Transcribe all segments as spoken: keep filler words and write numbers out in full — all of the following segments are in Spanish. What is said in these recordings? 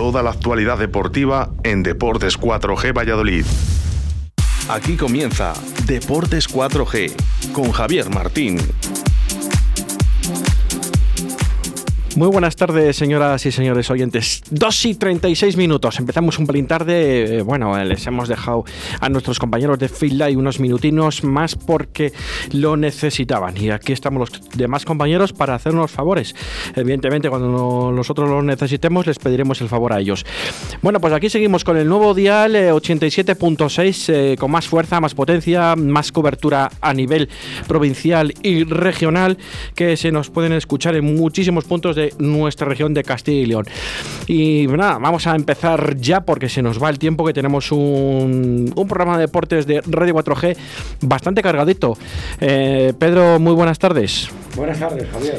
Toda la actualidad deportiva en Deportes cuatro G Valladolid. Aquí comienza Deportes cuatro G con Javier Martín. Muy buenas tardes, señoras y señores oyentes. dos y treinta y seis minutos. Empezamos un pelín tarde. Eh, bueno, les hemos dejado a nuestros compañeros de Field Live unos minutinos más porque lo necesitaban. Y aquí estamos los demás compañeros para hacernos favores. Evidentemente, cuando nosotros los necesitemos, les pediremos el favor a ellos. Bueno, pues aquí seguimos con el nuevo dial eh, ochenta y siete punto seis, eh, con más fuerza, más potencia, más cobertura a nivel provincial y regional, que se nos pueden escuchar en muchísimos puntos de nuestra región de Castilla y León. Y nada, vamos a empezar ya porque se nos va el tiempo, que tenemos un, un programa de deportes de Radio cuatro G bastante cargadito. Eh, Pedro, muy buenas tardes. Buenas tardes, Javier.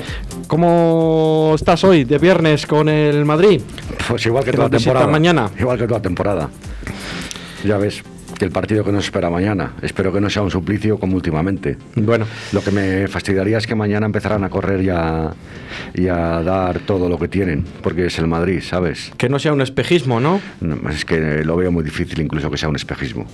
¿Cómo estás hoy de viernes con el Madrid? Pues igual que, que toda la temporada. Mañana. Igual que toda temporada. Ya ves que el partido que nos espera mañana, espero que no sea un suplicio como últimamente. Bueno, lo que me fastidiaría es que mañana empezaran a correr y a, y a dar todo lo que tienen, porque es el Madrid, ¿sabes? Que no sea un espejismo, ¿no? No, es que lo veo muy difícil incluso que sea un espejismo.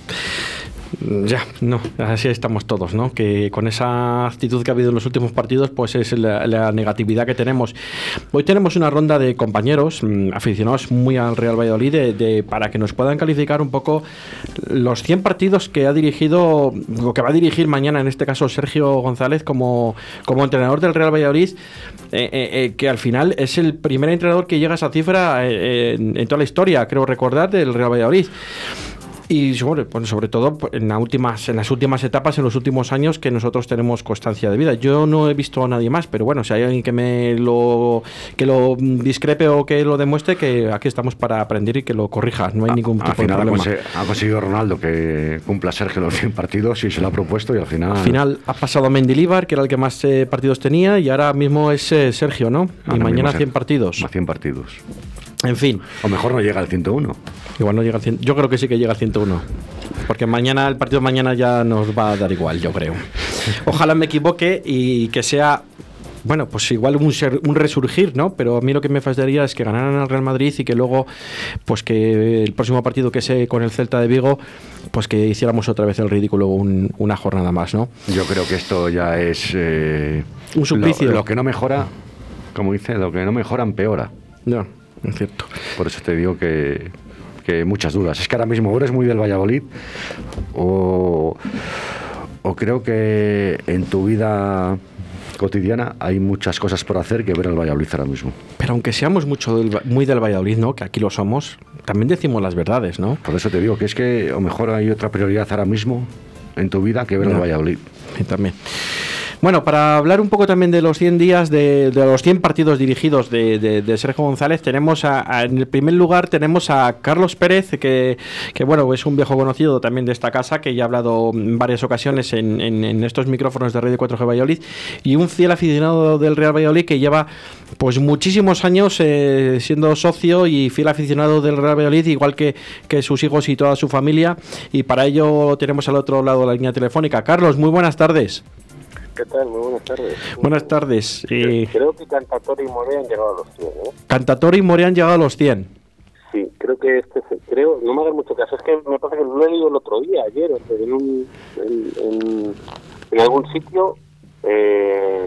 Ya, no, así estamos todos, ¿no? Que con esa actitud que ha habido en los últimos partidos, pues es la, la negatividad que tenemos. Hoy tenemos una ronda de compañeros mmm, aficionados muy al Real Valladolid de, de, para que nos puedan calificar un poco los cien partidos que ha dirigido, o que va a dirigir mañana, en este caso Sergio González, como, como entrenador del Real Valladolid, eh, eh, eh, que al final es el primer entrenador que llega a esa cifra eh, en, en toda la historia, creo recordar, del Real Valladolid. Y sobre, pues sobre todo en, la últimas, en las últimas etapas, en los últimos años, que nosotros tenemos constancia de vida. Yo no he visto a nadie más, pero bueno, si hay alguien que me lo que lo discrepe o que lo demuestre, que aquí estamos para aprender y que lo corrija. No hay a, ningún tipo de problema. Al final ha conseguido Ronaldo que cumpla Sergio los cien partidos y se lo ha propuesto, y al final... Al final ha pasado a Mendilibar, que era el que más eh, partidos tenía, y ahora mismo es eh, Sergio, ¿no? Ahora y mañana cien partidos. cien partidos. En fin. O mejor no llega al ciento uno. Igual no llega al cien. Yo creo que sí que llega al ciento uno. Porque mañana, el partido de mañana ya nos va a dar igual, yo creo. Ojalá me equivoque y que sea, bueno, pues igual un, ser, un resurgir, ¿no? Pero a mí lo que me fastidiaría es que ganaran al Real Madrid y que luego, pues que el próximo partido que sea con el Celta de Vigo, pues que hiciéramos otra vez el ridículo un, una jornada más, ¿no? Yo creo que esto ya es... Eh, un suplicio. Lo, lo que no mejora, como dice, lo que no mejora empeora. No. Es cierto. Por eso te digo que, que muchas dudas. Es que ahora mismo eres muy del Valladolid o, o creo que en tu vida cotidiana hay muchas cosas por hacer que ver al Valladolid ahora mismo. Pero aunque seamos mucho del, muy del Valladolid, ¿no? Que aquí lo somos, también decimos las verdades, ¿no? Por eso te digo que es que a lo mejor hay otra prioridad ahora mismo en tu vida que ver no. al Valladolid. Sí, también. Bueno, para hablar un poco también de los cien días, de, de los cien partidos dirigidos de, de, de Sergio González, tenemos a, a, en el primer lugar tenemos a Carlos Pérez, que, que bueno, es un viejo conocido también de esta casa, que ya ha hablado en varias ocasiones en, en, en estos micrófonos de Radio cuatro G Valladolid, y un fiel aficionado del Real Valladolid que lleva pues muchísimos años eh, siendo socio y fiel aficionado del Real Valladolid, igual que, que sus hijos y toda su familia, y para ello tenemos al otro lado de la línea telefónica. Carlos, muy buenas tardes. ¿Qué tal? Muy buenas tardes. Buenas tardes. Eh... Creo que Cantatore y More han llegado a los cien, ¿eh? Cantatore y More han llegado a los cien. Sí, creo que este, creo, no me hagan mucho caso, es que me parece que lo he leído el otro día, ayer, en un, en, en, en algún sitio, eh,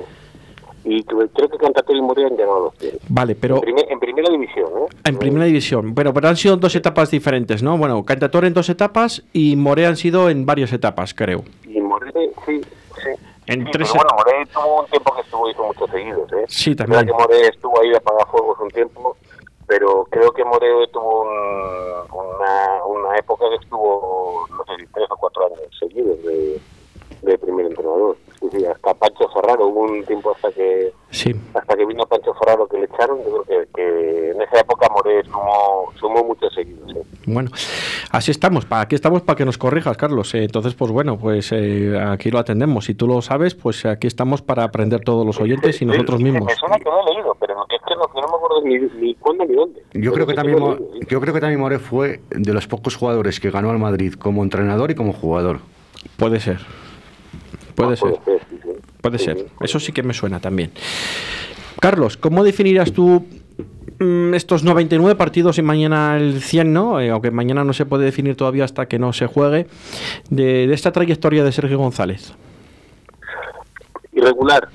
y creo que Cantatore y More han llegado a los cien. Vale, pero... En, primer, en primera división, ¿eh? En primera división, pero, pero han sido dos etapas diferentes, ¿no? Bueno, Cantatore en dos etapas y More han sido en varias etapas, creo. Y More, sí, sí. En sí, tres... pero bueno, More tuvo un tiempo que estuvo hizo muchos seguidos, ¿eh? Sí, también. Es verdad que More estuvo ahí de apagafuegos un tiempo, pero creo que More tuvo un, una, una época que estuvo, no sé si tres o cuatro años seguidos de, de primer entrenador. Sí, sí, hasta Pancho Ferraro, hubo un tiempo hasta que sí. hasta que vino Pancho Ferraro que le echaron. Yo creo que, que en esa época More sumó, sumó muchos seguidos, ¿eh? Bueno, así estamos, pa, aquí estamos para que nos corrijas, Carlos. Eh, entonces, pues bueno, pues eh, aquí lo atendemos. Si tú lo sabes, pues aquí estamos para aprender todos los oyentes y nosotros sí, mismos. Me suena que lo he leído, pero es que no, que no me acuerdo ni, ni cuándo ni dónde. Yo creo que, también, leído, ¿sí? yo creo que también More fue de los pocos jugadores que ganó al Madrid como entrenador y como jugador. Puede ser. Puede ah, ser. Puede ser, sí, sí. Puede sí, ser. sí, Eso sí que me suena también. Carlos, ¿cómo definirías tú estos noventa y nueve partidos y mañana el cien, ¿no? Eh, aunque mañana no se puede definir todavía hasta que no se juegue, de, de esta trayectoria de Sergio González. Irregular.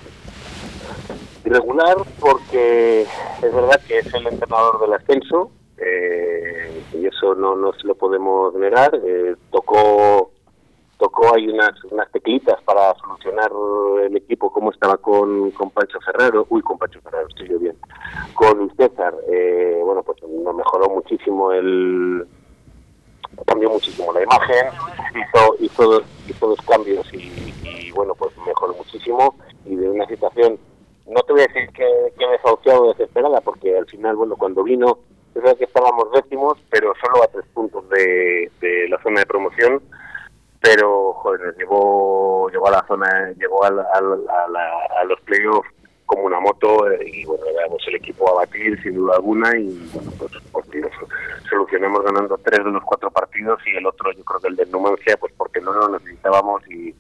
Irregular porque es verdad que es el entrenador del ascenso, eh, y eso no, no se lo podemos negar. Eh, tocó tocó ahí unas, unas teclitas para solucionar el equipo como estaba con, con Pancho Ferrero, uy, con Pancho Ferrero, estoy yo bien, con César, eh, bueno, pues nos mejoró muchísimo el... cambió muchísimo la imagen, hizo, hizo, hizo dos cambios y, y bueno, pues mejoró muchísimo, y de una situación, no te voy a decir que, que desahuciado o desesperada, porque al final, bueno, cuando vino, es verdad que estábamos décimos, pero solo a tres puntos de, de la zona de promoción, pero joder, llegó llegó a la zona, llegó al, al, a, la, a los playoffs como una moto, y bueno, éramos el equipo a batir sin duda alguna, y bueno, pues, pues solucionamos ganando tres de los cuatro partidos, y el otro, yo creo que el de Numancia, pues porque no lo necesitábamos y,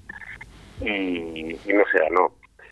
y, y no se ganó.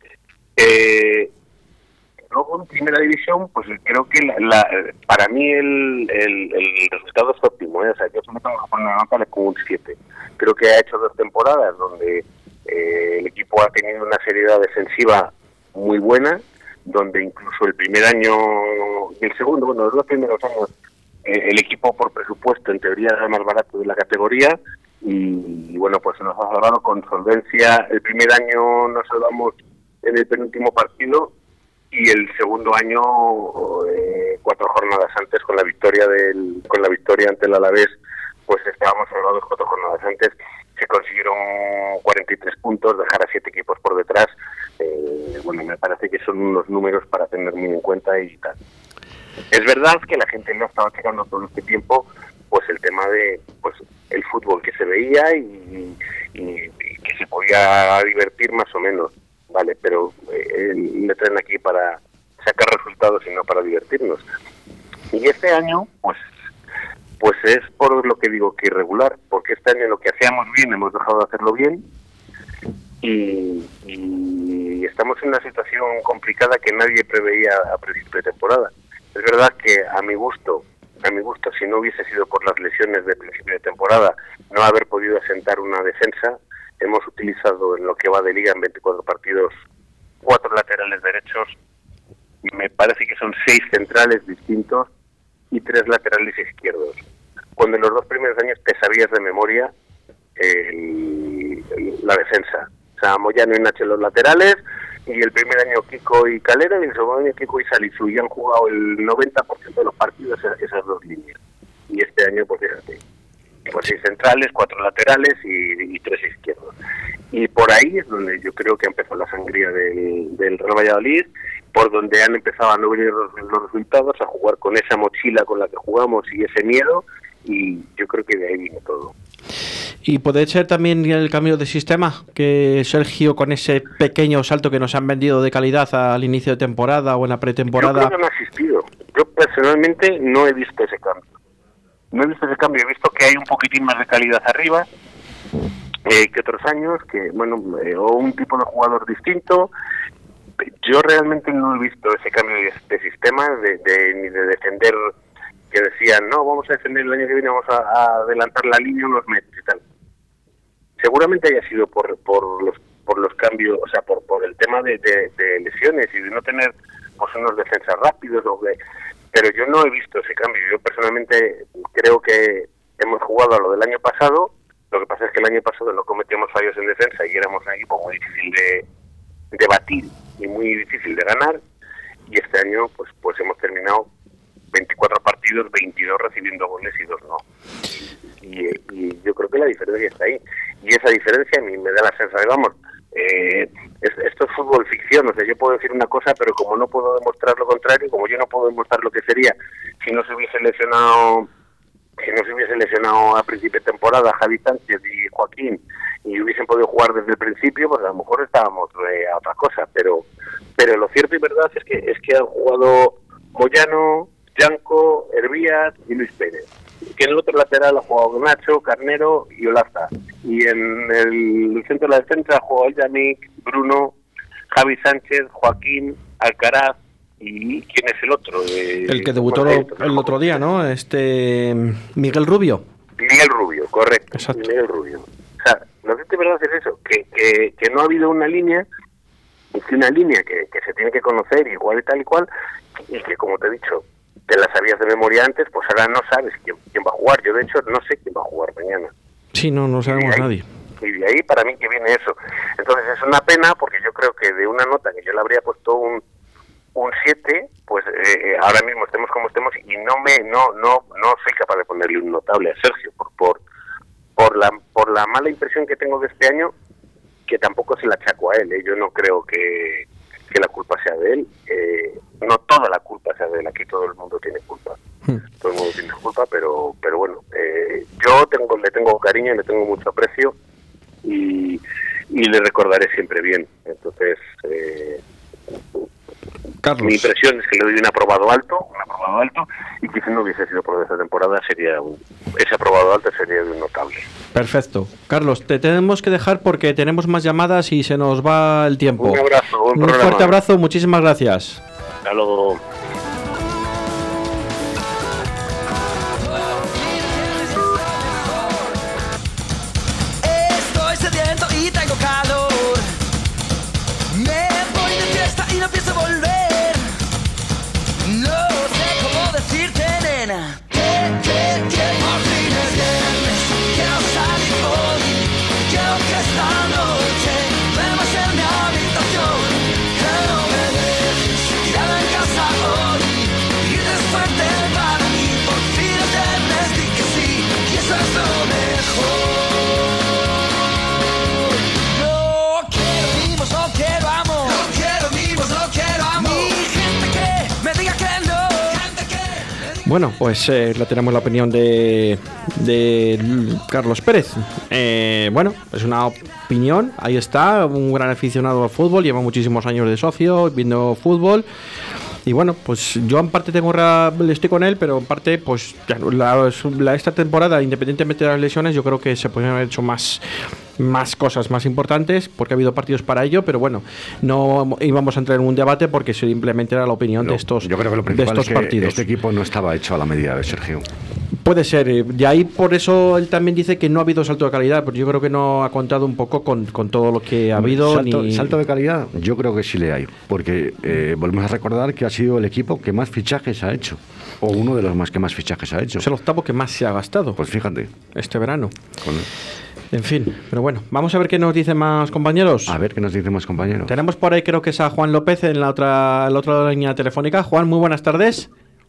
Eh, luego en primera división, pues creo que la, la, para mí el, el, el resultado es óptimo, ¿eh? O sea, yo me tengo que poner una nota como un siete. Creo que ha hecho dos temporadas donde eh, el equipo ha tenido una seriedad defensiva muy buena, donde incluso el primer año y el segundo, bueno, los dos primeros años, eh, el equipo por presupuesto en teoría era el más barato de la categoría, y, y bueno, pues nos ha salvado con solvencia. El primer año nos salvamos en el penúltimo partido, y el segundo año eh, cuatro jornadas antes con la victoria del con la victoria ante el Alavés, pues estábamos salvados cuatro jornadas antes. Se consiguieron cuarenta y tres puntos, dejar a siete equipos por detrás. Eh, bueno, me parece que son unos números para tener muy en cuenta y tal. Es verdad que la gente no estaba checando todo este tiempo, pues el tema de pues el fútbol que se veía y, y, y que se podía divertir más o menos. Vale, pero eh, me traen aquí para sacar resultados y no para divertirnos. Y este año, pues pues es por lo que digo que irregular, porque este año lo que hacíamos bien hemos dejado de hacerlo bien, y, y estamos en una situación complicada que nadie preveía a principio de temporada. Es verdad que a mi gusto, a mi gusto, si no hubiese sido por las lesiones de principio de temporada, no haber podido asentar una defensa. Hemos utilizado en lo que va de liga en veinticuatro partidos cuatro laterales derechos, me parece que son seis centrales distintos y tres laterales izquierdos. Cuando en los dos primeros años te sabías de memoria el, el, la defensa. O sea, Moyano y Nacho en los laterales, y el primer año Kiko y Calero, y el segundo año Kiko y Salisu, y han jugado el noventa por ciento de los partidos esas dos líneas. Y este año, pues fíjate, pues seis centrales, cuatro laterales y, y tres izquierdos. Y por ahí es donde yo creo que empezó la sangría del, del Real Valladolid, por donde han empezado a no venir los, los resultados, a jugar con esa mochila con la que jugamos y ese miedo, y yo creo que de ahí viene todo. Y puede ser también el cambio de sistema, que Sergio, con ese pequeño salto que nos han vendido de calidad al inicio de temporada o en la pretemporada... Yo creo que no ha existido. Yo personalmente no he visto ese cambio. No he visto ese cambio, he visto que hay un poquitín más de calidad arriba eh, que otros años, que bueno, eh, o un tipo de jugador distinto. Yo realmente no he visto ese cambio de, de sistema, de, de, ni de defender, que decían, no, vamos a defender el año que viene, vamos a, a adelantar la línea unos metros y tal. Seguramente haya sido por por los por los cambios, o sea, por por el tema de, de, de lesiones y de no tener pues unos defensas rápidos, o de, pero yo no he visto ese cambio. Yo personalmente creo que hemos jugado a lo del año pasado. Lo que pasa es que el año pasado no cometíamos fallos en defensa y éramos un equipo muy difícil de, de batir y muy difícil de ganar, y este año pues pues hemos terminado veinticuatro partidos, veintidós recibiendo goles y dos no. Y, y yo creo que la diferencia está ahí. Y esa diferencia a mí me da la sensación, vamos, eh, es, esto es fútbol ficción, o sea, yo puedo decir una cosa, pero como no puedo demostrar lo contrario, como yo no puedo demostrar lo que sería si no se hubiese lesionado, si no se hubiese lesionado a principio de temporada Javi Sánchez y Joaquín, y hubiesen podido jugar desde el principio, pues a lo mejor estábamos eh, a otra cosa, pero pero lo cierto y verdad es que es que han jugado Moyano, Yanco, Hervías y Luis Pérez, que en el otro lateral ha jugado Nacho, Carnero y Olaza, y en el centro de la defensa ha jugado Yannick, Bruno, Javi Sánchez, Joaquín, Alcaraz, ¿Y quién es el otro? Eh, el que debutó el, el otro día, ¿no? Este Miguel Rubio. Miguel Rubio, correcto. Exacto. Miguel Rubio. O sea, lo que de verdad es eso, que, que, que no ha habido una línea, es una línea que, que se tiene que conocer igual y tal y cual, y que, como te he dicho, te la sabías de memoria antes, pues ahora no sabes quién, quién va a jugar. Yo, de hecho, no sé quién va a jugar mañana. Sí, no, no sabemos ahí, nadie. Y de ahí para mí que viene eso. Entonces es una pena, porque yo creo que de una nota que yo le habría puesto un un siete, pues eh, ahora mismo estemos como estemos, y no me no no no soy capaz de ponerle un notable a Sergio por por por la por la mala impresión que tengo de este año, que tampoco se la achaco a él, ¿eh? Yo no creo que, que la culpa sea de él, eh, no toda la culpa sea de él, aquí todo el mundo tiene culpa, hmm. todo el mundo tiene culpa, pero pero bueno, eh, yo tengo le tengo cariño y le tengo mucho aprecio, y, y le recordaré siempre bien. Entonces eh, Carlos. Mi impresión es que le doy un aprobado alto, un aprobado alto, y que si no hubiese sido por esta temporada, sería un, ese aprobado alto sería de un notable. Perfecto. Carlos, te tenemos que dejar porque tenemos más llamadas y se nos va el tiempo. Un abrazo, un, un fuerte abrazo, muchísimas gracias. Hasta luego. Estoy sediento y tengo calor. Me voy de fiesta y no pienso volver. No sé cómo decirte, nena, que, que, que por fin es viernes. Quiero salir hoy, quiero que esta noche me vas en mi habitación. Que no me dejes tirada en casa hoy, y desperté para mí. Por fin es viernes, di que sí, y eso es lo mejor. No quiero mimos, no quiero amor. No quiero mimos, no quiero amor. Ni gente que me diga que no. Bueno, pues eh, la tenemos la opinión de, de Carlos Pérez. Eh, bueno, es una opinión, ahí está, un gran aficionado al fútbol, lleva muchísimos años de socio viendo fútbol. Y bueno, pues yo en parte tengo le estoy con él, pero en parte, pues la, la, esta temporada, independientemente de las lesiones, yo creo que se podrían haber hecho más, más cosas más importantes, porque ha habido partidos para ello, pero bueno, no íbamos a entrar en un debate porque simplemente era la opinión no, de estos, yo creo que lo principal de estos es que partidos. Este equipo no estaba hecho a la medida de Sergio. Puede ser, y ahí por eso él también dice que no ha habido salto de calidad, pero yo creo que no ha contado un poco con, con todo lo que ha habido. Salto, ni... salto de calidad, yo creo que sí le hay, porque eh, volvemos a recordar que ha sido el equipo que más fichajes ha hecho, o uno de los más que más fichajes ha hecho. Es el octavo que más se ha gastado. Pues fíjate. Este verano. Con... En fin, pero bueno, vamos a ver qué nos dicen más compañeros. A ver qué nos dicen más compañeros. Tenemos por ahí, creo que es a Juan López en la otra, en la otra línea telefónica. Juan, muy buenas tardes.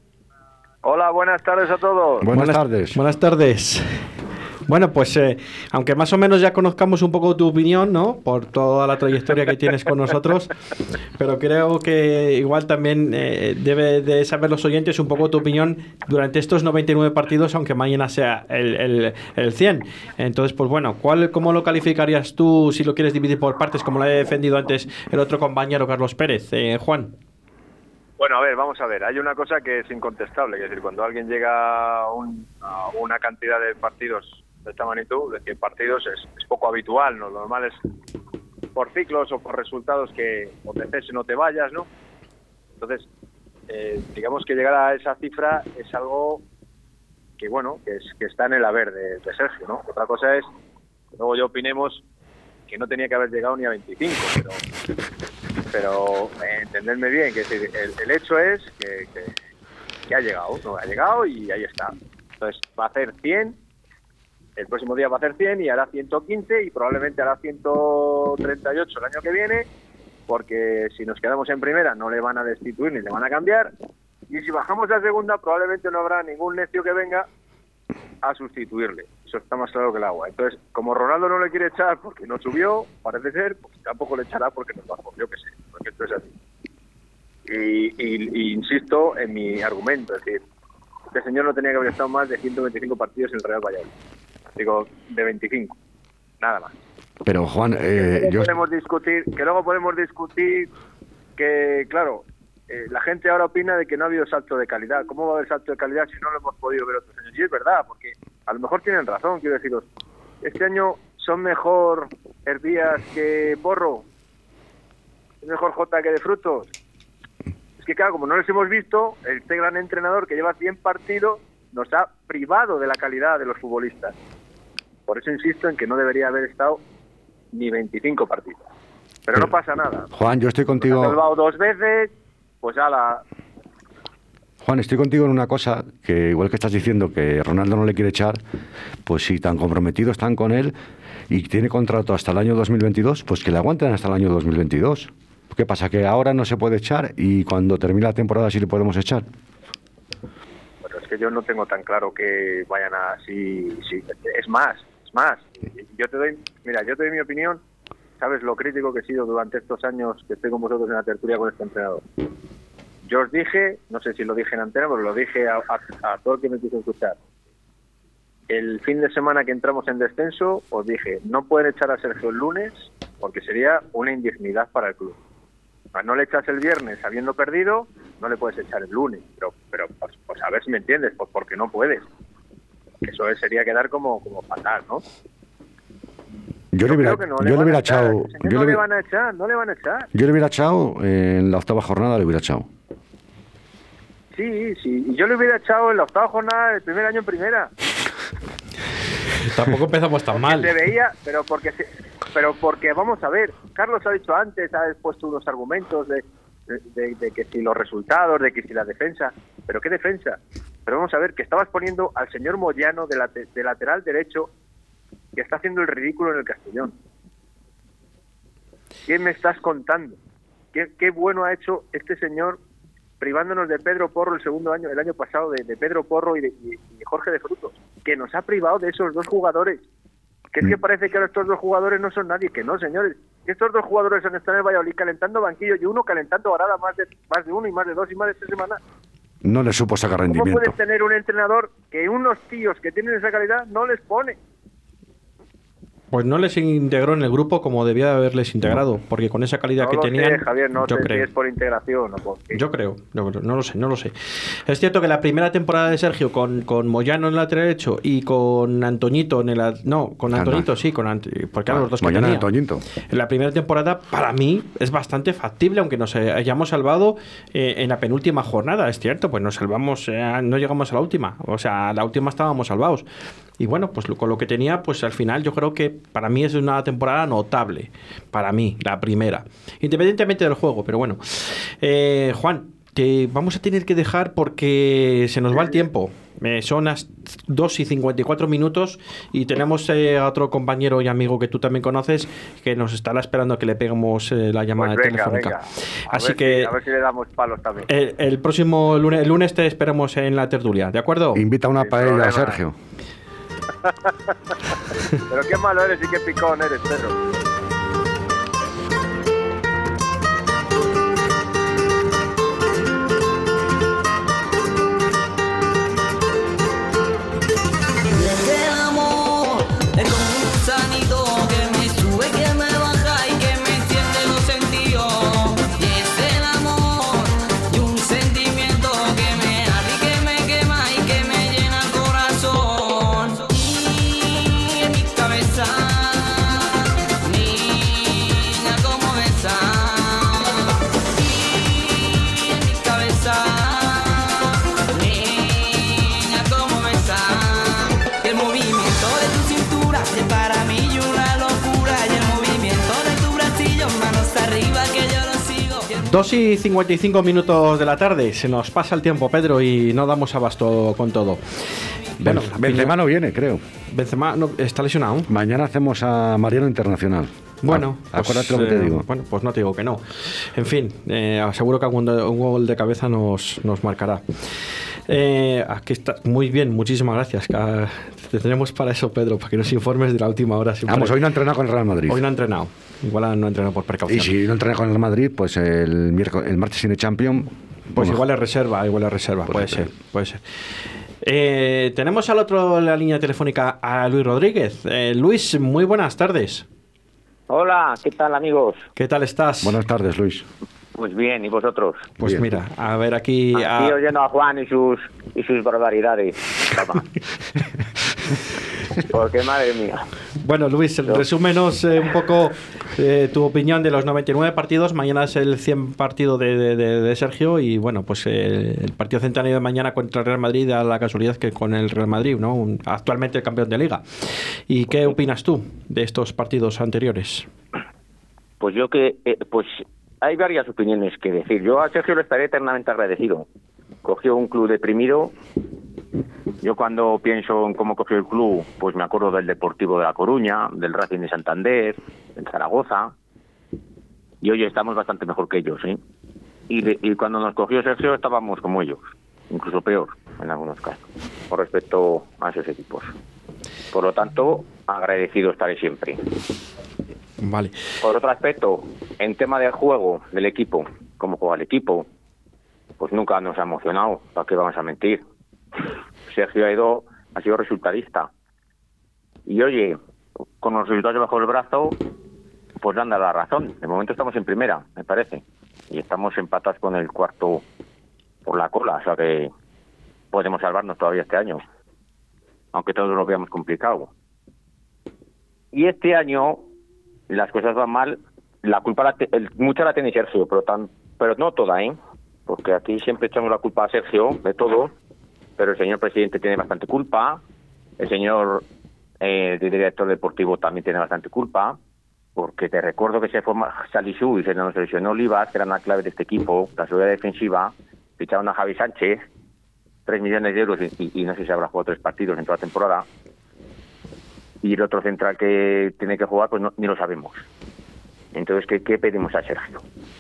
Hola, buenas tardes a todos. Buenas, buenas tardes. Buenas tardes. Bueno, pues eh, aunque más o menos ya conozcamos un poco tu opinión, ¿no? Por toda la trayectoria que tienes con nosotros, pero creo que igual también eh, debe de saber los oyentes un poco tu opinión durante estos noventa y nueve partidos, aunque mañana sea el, el, el cien. Entonces, pues bueno, ¿cuál, ¿cómo lo calificarías tú si lo quieres dividir por partes, como lo ha defendido antes el otro compañero Carlos Pérez? Eh, Juan. Bueno, a ver, vamos a ver. Hay una cosa que es incontestable, es decir, cuando alguien llega a, un, a una cantidad de partidos de esta magnitud, de cien partidos, es, es poco habitual, ¿no? Lo normal es por ciclos o por resultados que o te ceses o te vayas, ¿no? Entonces, eh, digamos que llegar a esa cifra es algo que, bueno, que, es, que está en el haber de, de Sergio, ¿no? Otra cosa es, luego ya opinemos que no tenía que haber llegado ni a veinticinco, pero, pero eh, entenderme bien, que es decir, el, el hecho es que, que, que ha llegado, ¿no? Ha llegado y ahí está. Entonces, va a hacer cien. El próximo día va a hacer cien y hará ciento quince y probablemente hará ciento treinta y ocho el año que viene, porque si nos quedamos en primera no le van a destituir ni le van a cambiar, y si bajamos a segunda probablemente no habrá ningún necio que venga a sustituirle. Eso está más claro que el agua. Entonces, como Ronaldo no le quiere echar porque no subió, parece ser, pues tampoco le echará porque nos bajó, yo que sé, porque esto es así. Y, y, y insisto en mi argumento, es decir, este señor no tenía que haber estado más de ciento veinticinco partidos en el Real Valladolid. Digo, de veinticinco, nada más. Pero Juan, eh, que, yo... podemos discutir, que luego podemos discutir que, claro, eh, la gente ahora opina de que no ha habido salto de calidad. ¿Cómo va a haber salto de calidad si no lo hemos podido ver otros años? Y es verdad, porque a lo mejor tienen razón, quiero deciros. Este año son mejor Hervías que Porro, es mejor Jota que de Frutos. Es que claro, como no les hemos visto, este gran entrenador que lleva cien partidos nos ha privado de la calidad de los futbolistas. Por eso insisto en que no debería haber estado ni veinticinco partidos. Pero no pasa nada. Juan, yo estoy contigo. Nos ha salvado dos veces, pues a la... Juan, estoy contigo en una cosa, que igual que estás diciendo que Ronaldo no le quiere echar, pues si tan comprometidos están con él y tiene contrato hasta el año dos mil veintidós, pues que le aguanten hasta el año dos mil veintidós. ¿Qué pasa? ¿Que ahora no se puede echar y cuando termine la temporada sí le podemos echar? Bueno, es que yo no tengo tan claro que vayan a... Sí, sí. Es más, es más. Yo te doy, mira, yo te doy mi opinión. Sabes lo crítico que he sido durante estos años que estoy con vosotros en la tertulia con este entrenador. Yo os dije, no sé si lo dije en antena, pero lo dije a, a, a todo el que me quiso escuchar. El fin de semana que entramos en descenso, os dije, no pueden echar a Sergio el lunes porque sería una indignidad para el club. No le echas el viernes habiendo perdido, no le puedes echar el lunes. Pero, pero pues, pues a ver si me entiendes, pues porque no puedes. Eso sería quedar como, como fatal, ¿no? Yo, yo le hubiera, no, yo le hubiera echado. Yo no le, le van a echar, no le van a echar. Yo le hubiera echado eh, en la octava jornada, le hubiera echado. Sí, sí, y yo le hubiera echado en la octava jornada del primer año en primera. Tampoco empezamos tan porque mal. Se veía, pero porque, se, pero porque vamos a ver. Carlos ha dicho antes, ha puesto unos argumentos de, de, de, de que si los resultados, de que si la defensa, pero qué defensa. Pero vamos a ver que estabas poniendo al señor Moyano de, la, de lateral derecho, que está haciendo el ridículo en el Castellón. ¿Qué me estás contando? ¿Qué, qué bueno ha hecho este señor privándonos de Pedro Porro el segundo año, el año pasado, de, de Pedro Porro y de, y de Jorge de Frutos? Que nos ha privado de esos dos jugadores. Que es que parece que ahora estos dos jugadores no son nadie. Que no, señores. Que estos dos jugadores han estado en el Valladolid calentando banquillo y uno calentando varada más de, más de uno y más de dos y más de tres semanas. No le supo sacar rendimiento. ¿Cómo puedes tener un entrenador que unos tíos que tienen esa calidad no les pone? Pues no les integró en el grupo como debía de haberles integrado, porque con esa calidad no que lo tenían, sé, Javier, no yo sé creo. Si es por integración o por qué. Yo creo, yo creo, no lo sé, no lo sé. Es cierto que la primera temporada de Sergio con, con Moyano en el lateral derecho y con Antoñito en el no, con Antoñito Anda. sí, con Ant porque eran los dos que Moyano tenía. Antoñito. En la primera temporada para mí es bastante factible, aunque nos hayamos salvado eh, en la penúltima jornada, es cierto, pues nos salvamos, eh, no llegamos a la última, o sea, a la última estábamos salvados. Y bueno, pues con lo que tenía, pues al final yo creo que para mí es una temporada notable. Para mí, la primera. Independientemente del juego, pero bueno. Eh, Juan, te vamos a tener que dejar porque se nos va el tiempo. Eh, son las dos y cincuenta y cuatro minutos y tenemos eh, a otro compañero y amigo que tú también conoces que nos estará esperando a que le peguemos eh, la llamada pues venga, telefónica. Venga. A Así ver que si, a ver si le damos palos también. El, el próximo lunes, el lunes te esperamos en la tertulia, ¿de acuerdo? Invita una Sin paella problema. a Sergio. Pero qué malo eres y qué picón eres, Pedro. dos y cincuenta y cinco minutos de la tarde. Se nos pasa el tiempo, Pedro, y no damos abasto con todo. Bueno, Benzema no viene, creo. Benzema no, está lesionado. Mañana hacemos a Mariano Internacional. Bueno, ah, acuérdate pues, lo que te digo. Eh, bueno, pues no te digo que no. En fin, eh, seguro que algún un gol de cabeza nos, nos marcará. Eh, aquí está, muy bien, muchísimas gracias. Te tenemos para eso, Pedro, para que nos informes de la última hora. Vamos, hoy no ha entrenado con el Real Madrid. Hoy no ha entrenado. Igual no ha entrenado por precaución. Y si no entrena con el Madrid, pues el miércoles, el martes tiene Champions. Pues bueno, igual es reserva, igual es reserva, puede ser, puede ser. Eh, tenemos al otro en la línea telefónica a Luis Rodríguez. Eh, Luis, muy buenas tardes. Hola, ¿qué tal, amigos? ¿Qué tal estás? Buenas tardes, Luis. Pues bien, ¿y vosotros? Pues bien. Mira, a ver aquí... Aquí a... oyendo a Juan y sus y sus barbaridades. Porque madre mía. Bueno, Luis, resúmenos eh, un poco eh, tu opinión de los noventa y nueve partidos. Mañana es el cien partido de, de, de, de Sergio y bueno, pues eh, el partido centenario de mañana contra el Real Madrid da la casualidad que con el Real Madrid, ¿no? Un, actualmente el campeón de Liga. ¿Y qué opinas tú de estos partidos anteriores? Pues yo que, eh, pues hay varias opiniones que decir. Yo a Sergio le estaré eternamente agradecido. Cogió un club deprimido. Yo cuando pienso en cómo cogió el club, pues me acuerdo del Deportivo de La Coruña, del Racing de Santander, del Zaragoza, y hoy estamos bastante mejor que ellos, ¿eh? Y, de, y cuando nos cogió Sergio estábamos como ellos, incluso peor en algunos casos, con respecto a esos equipos. Por lo tanto, agradecido estaré siempre. Vale. Por otro aspecto, en tema del juego del equipo, cómo juega el equipo, pues nunca nos ha emocionado, ¿para qué vamos a mentir? Sergio ha ido, ha sido resultadista. Y oye, con los resultados bajo el brazo, pues dan la razón. De momento estamos en primera, me parece. Y estamos empatados con el cuarto por la cola. O sea que podemos salvarnos todavía este año. Aunque todos lo veamos complicado. Y este año, las cosas van mal. La culpa, la te, el, mucha la tiene Sergio, pero, tan, pero no toda, ¿eh? Porque aquí siempre echamos la culpa a Sergio de todo. Pero el señor presidente tiene bastante culpa, el señor eh, director deportivo también tiene bastante culpa, porque te recuerdo que se fue Salisu y se nos lesionó Olivas, que era una clave de este equipo, la seguridad defensiva, ficharon a Javi Sánchez, tres millones de euros y, y, y no sé si habrá jugado tres partidos en toda la temporada, y el otro central que tiene que jugar, pues no, ni lo sabemos. Entonces, ¿qué, qué pedimos a Sergio?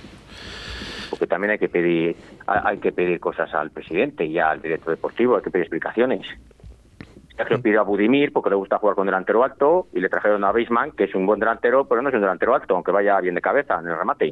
Porque también hay que pedir hay que pedir cosas al presidente y al director deportivo, hay que pedir explicaciones. Sergio pidió a Budimir porque le gusta jugar con delantero alto y le trajeron a Beisman, que es un buen delantero, pero no es un delantero alto, aunque vaya bien de cabeza en el remate.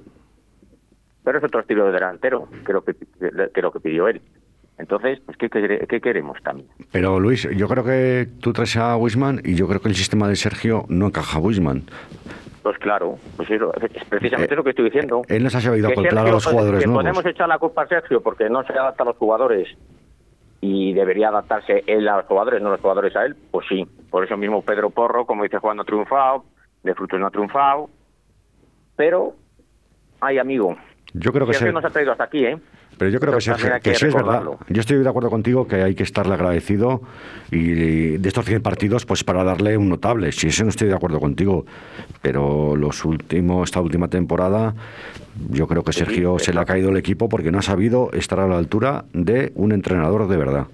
Pero es otro estilo de delantero, que lo que, que, lo que pidió él. Entonces, pues ¿qué, qué, qué queremos también? Pero Luis, yo creo que tú traes a Wisman y yo creo que el sistema de Sergio no encaja a Wisman. Pues claro, pues eso, es precisamente eh, lo que estoy diciendo. Él nos ha sabido acoplar a los jugadores que nuevos. Podemos echar la culpa a Sergio porque no se adapta a los jugadores y debería adaptarse él a los jugadores, no los jugadores a él. Pues sí, por eso mismo Pedro Porro, como dice Juan, no ha triunfado, De Frutos no ha triunfado, pero, ay amigo, yo creo que Sergio se... nos ha traído hasta aquí, ¿eh? Pero yo creo Entonces, que, Sergio, que, que sí es verdad. Yo estoy de acuerdo contigo que hay que estarle agradecido y de estos cien partidos, pues para darle un notable. Si eso no estoy de acuerdo contigo, pero los últimos, esta última temporada, yo creo que Sergio sí, se le ha caído el equipo porque no ha sabido estar a la altura de un entrenador de verdad.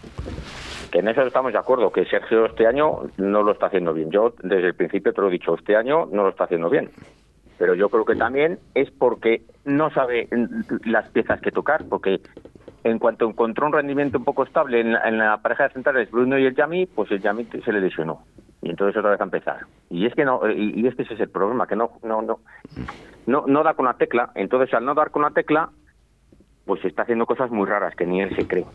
Que en eso estamos de acuerdo, que Sergio este año no lo está haciendo bien. Yo desde el principio te lo he dicho, este año no lo está haciendo bien. Pero yo creo que también es porque no sabe las piezas que tocar, porque en cuanto encontró un rendimiento un poco estable en la, en la pareja de centrales Bruno y el Yami, pues el Yami se le lesionó. Y entonces otra vez a empezar. Y es que no, y, y es que ese es el problema, que no, no, no, no, no da con la tecla. Entonces al no dar con la tecla, pues está haciendo cosas muy raras que ni él se cree.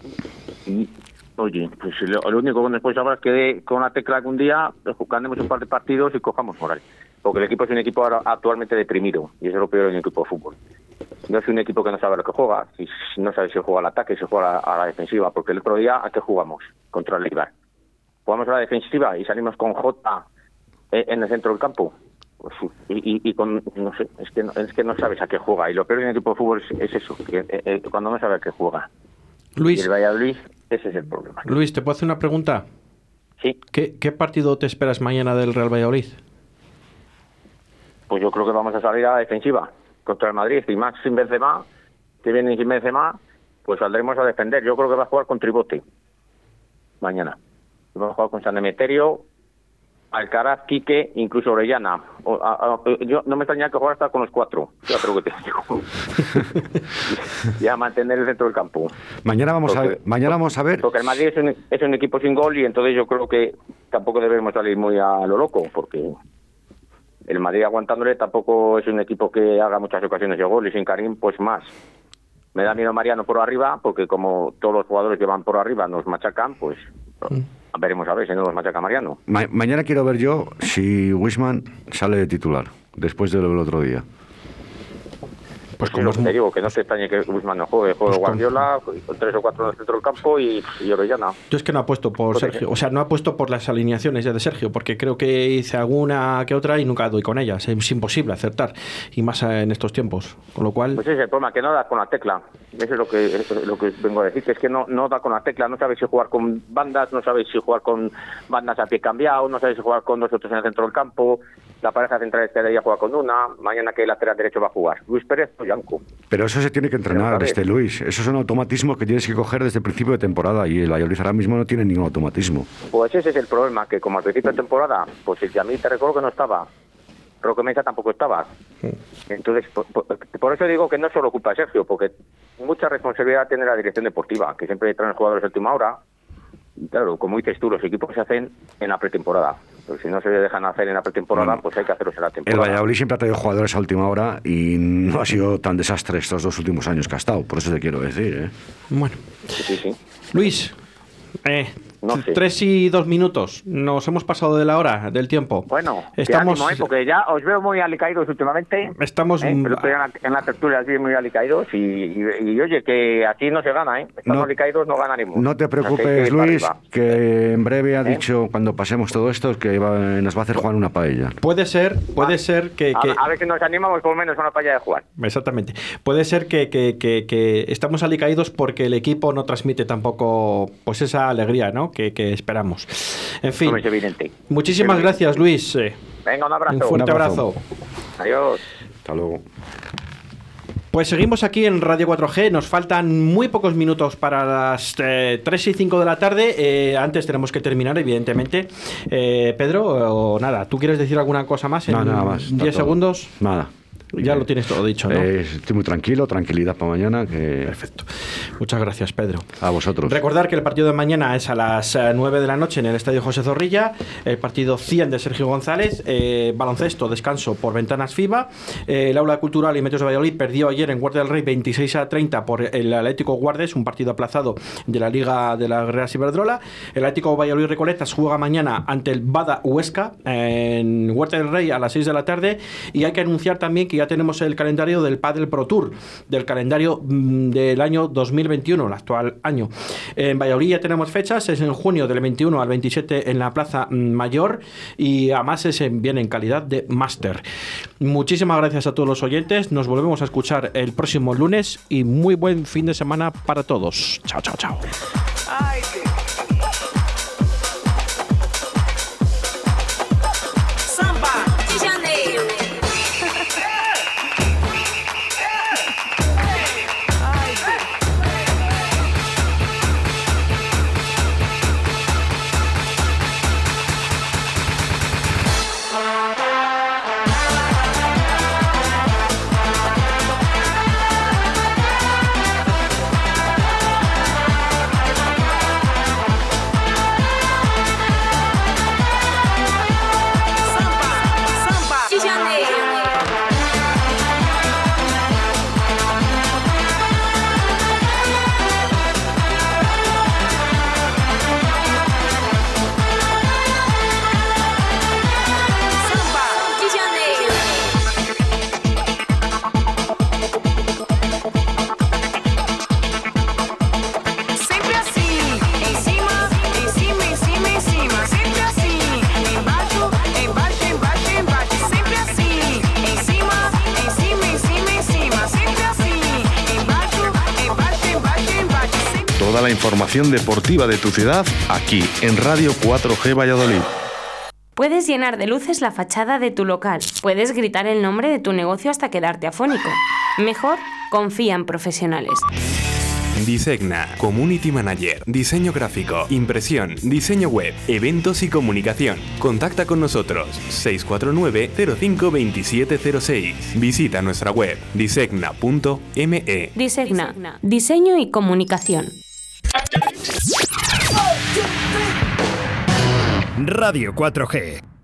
Y oye, pues lo, lo único que nos puede salvar es que de, con la tecla algún día ganemos un par de partidos y cojamos moral. Porque el equipo es un equipo actualmente deprimido, y eso es lo peor en el equipo de fútbol. No es un equipo que no sabe lo que juega, y no sabe si juega al ataque, si juega a la, a la defensiva, porque el otro día, ¿a qué jugamos? Contra el Eibar. Jugamos a la defensiva y salimos con Jota en el centro del campo. Pues, y, y, y con, no sé, es que no, es que no sabes a qué juega, y lo peor en el equipo de fútbol es, es eso, que eh, eh, cuando no sabe a qué juega. Luis, y el Valladolid, ese es el problema. Luis, ¿te puedo hacer una pregunta? Sí. ¿Qué, qué partido te esperas mañana del Real Valladolid? Pues yo creo que vamos a salir a la defensiva contra el Madrid, y más sin Benzema, que viene sin Benzema, pues saldremos a defender. Yo creo que va a jugar con Tribote mañana. Va a jugar con San Emeterio, Alcaraz, Quique, incluso Orellana. O, a, a, yo no me extraña que jugar hasta con los cuatro. Ya creo que te digo. Y a mantener el centro del campo. Mañana vamos porque, a ver, mañana vamos a ver. Porque el Madrid es un, es un equipo sin gol y entonces yo creo que tampoco debemos salir muy a lo loco, porque el Madrid aguantándole tampoco es un equipo que haga muchas ocasiones de gol, y sin Karim pues más. Me da miedo Mariano por arriba, porque como todos los jugadores que van por arriba nos machacan, pues mm. veremos a ver si no nos machaca Mariano. Ma- mañana quiero ver yo si Wisman sale de titular, después de lo del otro día. Pues Pues como es, te digo, que no se extrañe que Guzmán no juegue, juegue pues Guardiola, con, con tres o cuatro en el centro del campo y, y Orellana. Yo es que no apuesto por pues Sergio, o sea, no apuesto por las alineaciones ya de Sergio, porque creo que hice alguna que otra y nunca doy con ellas. Es imposible acertar, y más en estos tiempos, con lo cual... Pues ese es el problema, que no das con la tecla. Eso es lo que, es lo que vengo a decir, que es que no, no da con la tecla, no sabes si jugar con bandas, no sabes si jugar con bandas a pie cambiado, no sabes si jugar con dos o tres en el centro del campo. La pareja central este día juega con una, mañana que el lateral derecho va a jugar Luis Pérez o Yanco. Pero eso se tiene que entrenar, este Luis. Eso es un automatismo que tienes que coger desde el principio de temporada y el Valladolid ahora mismo no tiene ningún automatismo. Pues ese es el problema, que como al principio de temporada, pues si a mí te recuerdo que no estaba, Roque Mesa tampoco estaba. Entonces, por, por, por eso digo que no es solo culpa de Sergio, porque mucha responsabilidad tiene la dirección deportiva, que siempre traen jugadores de última hora. Y claro, como dices tú, los equipos se hacen en la pretemporada. Pero si no se dejan hacer en la pretemporada, bueno, pues hay que hacerlos en la temporada. El Valladolid siempre ha traído jugadores a última hora y no ha sido tan desastre estos dos últimos años que ha estado. Por eso te quiero decir, ¿eh? Bueno. Sí, sí, sí. Luis, eh, no sé. tres y dos minutos. Nos hemos pasado de la hora, del tiempo. Bueno, estamos... ánimo, ¿eh? Porque ya os veo muy alicaídos últimamente. Estamos... ¿eh? Pero estoy en la, en la tertulia así muy alicaídos y, y, y oye, que aquí no se gana, ¿eh? Estamos no, alicaídos, no gana ninguno. No te preocupes, o sea, que Luis, que en breve ha ¿Eh? dicho, cuando pasemos todo esto, que va, nos va a hacer jugar una paella. Puede ser, puede ah, ser que, que... A, a ver si nos animamos por lo menos a una paella de jugar. Exactamente. Puede ser que, que, que, que estamos alicaídos porque el equipo no transmite tampoco pues esa alegría, ¿no? Que, que esperamos. En fin, no es evidente. Muchísimas evidente. gracias, Luis. Venga, un abrazo. Un fuerte un abrazo. abrazo. Adiós. Hasta luego. Pues seguimos aquí en Radio cuatro G. Nos faltan muy pocos minutos para las eh, tres y cinco de la tarde. Eh, antes tenemos que terminar, evidentemente. Eh, Pedro, o nada, ¿tú quieres decir alguna cosa más en no, nada más, diez segundos? Nada. Ya lo tienes todo dicho, ¿no? Eh, estoy muy tranquilo, tranquilidad para mañana. Que... Perfecto. Muchas gracias, Pedro. A vosotros. Recordar que el partido de mañana es a las nueve de la noche en el Estadio José Zorrilla. El partido cien de Sergio González. Eh, baloncesto, descanso por ventanas FIBA. Eh, el Aula Cultural y Meteos de Valladolid perdió ayer en Huerta del Rey veintiséis a treinta por el Atlético Guardes, un partido aplazado de la Liga de la Guerrera Ciberdrola. El Atlético Valladolid Recoletas juega mañana ante el Bada Huesca en Huerta del Rey a las seis de la tarde. Y hay que anunciar también que ya tenemos el calendario del Padel Pro Tour, del calendario mmm, del año dos mil veintiuno, el actual año. En Valladolid ya tenemos fechas, es en junio del veintiuno al veintisiete en la Plaza Mayor y además es en, viene en calidad de máster. Muchísimas gracias a todos los oyentes, nos volvemos a escuchar el próximo lunes y muy buen fin de semana para todos. Chao, chao, chao. Ay, Toda la información deportiva de tu ciudad aquí en Radio cuatro G Valladolid. Puedes llenar de luces la fachada de tu local. Puedes gritar el nombre de tu negocio hasta quedarte afónico. Mejor, confía en profesionales. Disegna, Community Manager, diseño gráfico, impresión, diseño web, eventos y comunicación. Contacta con nosotros seis cuatro nueve cero cinco dos siete cero seis. Visita nuestra web disegna punto me. Disegna, diseño y comunicación. Radio cuatro G.